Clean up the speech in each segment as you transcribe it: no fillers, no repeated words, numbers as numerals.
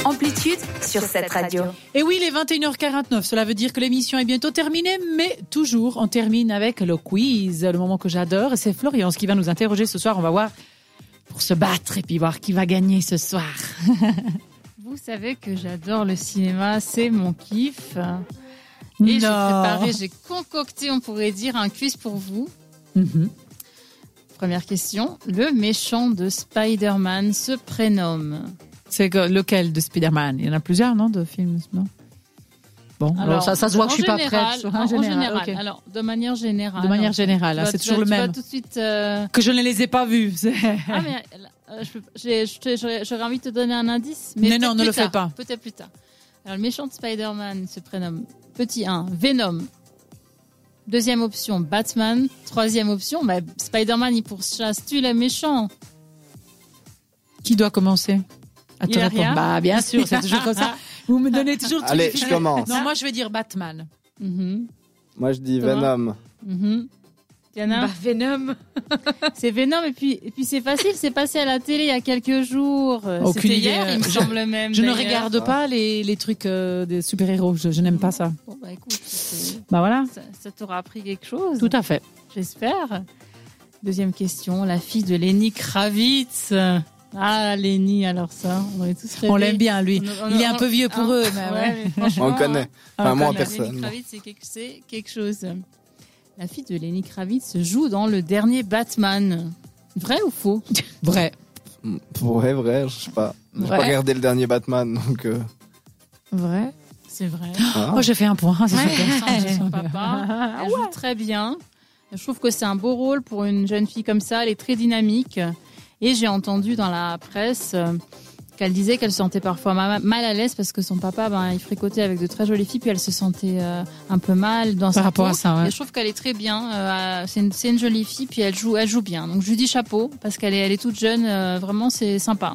Amplitude sur cette radio. Et oui, il est 21h49. Cela veut dire que l'émission est bientôt terminée, mais toujours, on termine avec le quiz, le moment que j'adore. Et c'est Florian qui va nous interroger ce soir. On va voir pour se battre et puis voir qui va gagner ce soir. Vous savez que j'adore le cinéma, c'est mon kiff. Et j'ai concocté, on pourrait dire, un quiz pour vous. Première question. Le méchant de Spider-Man se prénomme. C'est lequel de Spider-Man? Il y en a plusieurs, non, de films, non? Bon, alors ça se voit que je suis pas prête. En général. Okay. Alors, de manière générale. De manière générale, c'est toujours le même. Tout de suite, que je ne les ai pas vus. Ah, mais j'aurais envie de te donner un indice. Mais non, ne le fais pas. Peut-être plus tard. Alors, le méchant de Spider-Man se prénomme petit 1, Venom. Deuxième option, Batman. Troisième option, Spider-Man, il pourchasse, tue les méchants. Qui doit commencer à te répondre? Bah, bien sûr, c'est toujours comme ça. Vous me donnez toujours tout. Allez, je commence. Non, moi, je vais dire Batman. Moi, je dis Venom. Diana? Venom. C'est Venom, et puis c'est facile, c'est passé à la télé il y a quelques jours. Aucune C'était idée. hier, il me semble même. Je ne regarde pas les trucs des super-héros. Je n'aime pas ça. Bon, écoute. Voilà. Ça t'aura appris quelque chose. Tout à fait. J'espère. Deuxième question. La fille de Lenny Kravitz. Ah, Lenny, alors ça, on est tous rêvés. On l'aime bien, lui. Il est un peu vieux pour eux, mais on le connaît. Enfin, moi, personne. Lenny Kravitz, c'est quelque chose. La fille de Lenny Kravitz joue dans le dernier Batman. Vrai ou faux? Vrai. Vrai, je sais pas. J'ai pas regardé le dernier Batman, donc... Vrai. C'est vrai. Oh, j'ai fait un point. C'est super. Son papa. Elle joue très bien. Je trouve que c'est un beau rôle pour une jeune fille comme ça. Elle est très dynamique. Et j'ai entendu dans la presse qu'elle disait qu'elle se sentait parfois mal à l'aise parce que son papa, il fréquentait avec de très jolies filles, puis elle se sentait un peu mal dans sa peau. Par rapport à ça, ouais. Et je trouve qu'elle est très bien. C'est une jolie fille, puis elle joue bien. Donc je lui dis chapeau parce qu'elle est toute jeune. Vraiment, c'est sympa.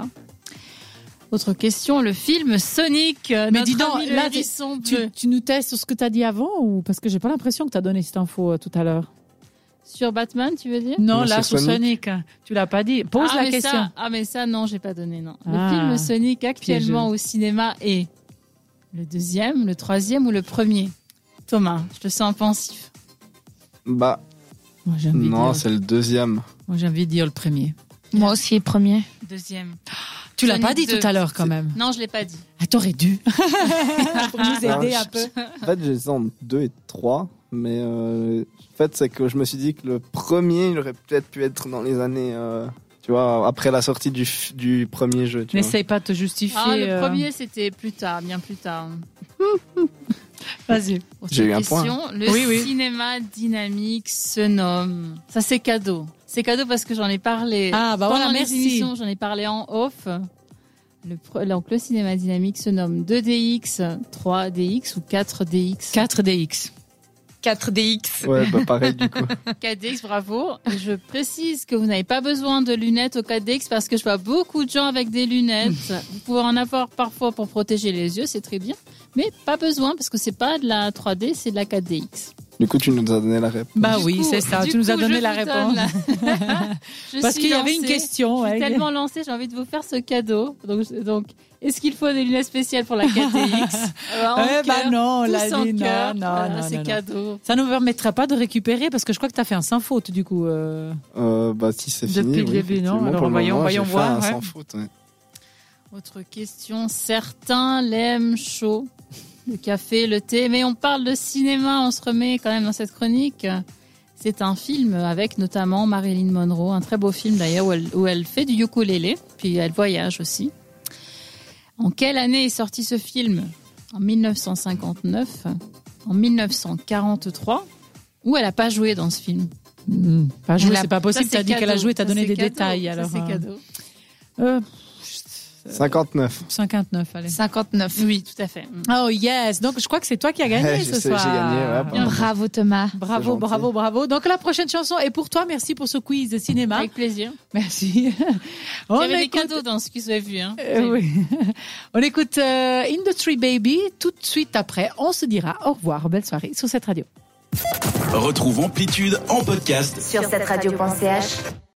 Autre question, le film Sonic. Mais dis donc, là, tu nous testes sur ce que tu as dit avant ou parce que j'ai pas l'impression que tu as donné cette info tout à l'heure. Sur Batman, tu veux dire? Non, là, sur Sonic. Tu l'as pas dit. Pose la question. Mais ça, non, j'ai pas donné, non. Le film Sonic actuellement au cinéma est le deuxième, le troisième ou le premier? Thomas, je te sens pensif. Moi, c'est le deuxième. Moi, j'ai envie de dire le premier. Moi aussi, le premier. Deuxième. Tu l'as pas dit tout à l'heure, quand même. Non, je l'ai pas dit. Ah, t'aurais dû. Pour nous aider un peu. En fait, j'hésitais entre 2 et 3. Mais en fait, c'est que je me suis dit que le premier, il aurait peut-être pu être dans les années, tu vois, après la sortie du premier jeu. N'essaye pas de te justifier. Le premier, c'était plus tard, bien plus tard. Vas-y. J'ai eu un point. Le cinéma dynamique se nomme... Ça, c'est cadeau. C'est cadeau parce que j'en ai parlé pendant les émissions, j'en ai parlé en off. Donc, le cinéma dynamique se nomme 2DX, 3DX ou 4DX 4DX. 4DX. Ouais, pareil du coup. 4DX, bravo. Je précise que vous n'avez pas besoin de lunettes au 4DX parce que je vois beaucoup de gens avec des lunettes. Vous pouvez en avoir parfois pour protéger les yeux, c'est très bien. Mais pas besoin parce que c'est pas de la 3D, c'est de la 4DX. Du coup, tu nous as donné la réponse. C'est ça. Tu nous as donné la réponse. Parce qu'il y avait une question. Je suis tellement lancée, j'ai envie de vous faire ce cadeau. Donc est-ce qu'il faut des lunettes spéciales pour la 4DX? Non, la dit non, c'est cadeau. Ça ne nous permettra pas de récupérer parce que je crois que tu as fait un sans faute du coup. Si c'est fini. Depuis le début, non? Alors voyons voir. Un sans faute, ouais. Autre question. Certains l'aiment chaud. Le café, le thé, mais on parle de cinéma, on se remet quand même dans cette chronique. C'est un film avec notamment Marilyn Monroe, un très beau film d'ailleurs où elle fait du ukulélé, puis elle voyage aussi. En quelle année est sorti ce film? En 1959, en 1943, ou elle n'a pas joué dans ce film? Pas joué, c'est pas possible, tu as dit qu'elle a joué, tu as donné des détails. Alors, c'est cadeau. 59. 59, allez. 59. Oui, tout à fait. Oh yes, donc je crois que c'est toi qui as gagné ce soir. J'ai gagné, Bravo Thomas. Bravo. Donc la prochaine chanson est pour toi, merci pour ce quiz de cinéma. Avec plaisir. Merci. Il y avait des cadeaux dans ce que vous avez vu. Oui. On écoute Industry Baby, tout de suite après, on se dira au revoir, belle soirée sur cette radio. Retrouve Amplitude en podcast sur cette radio.ch.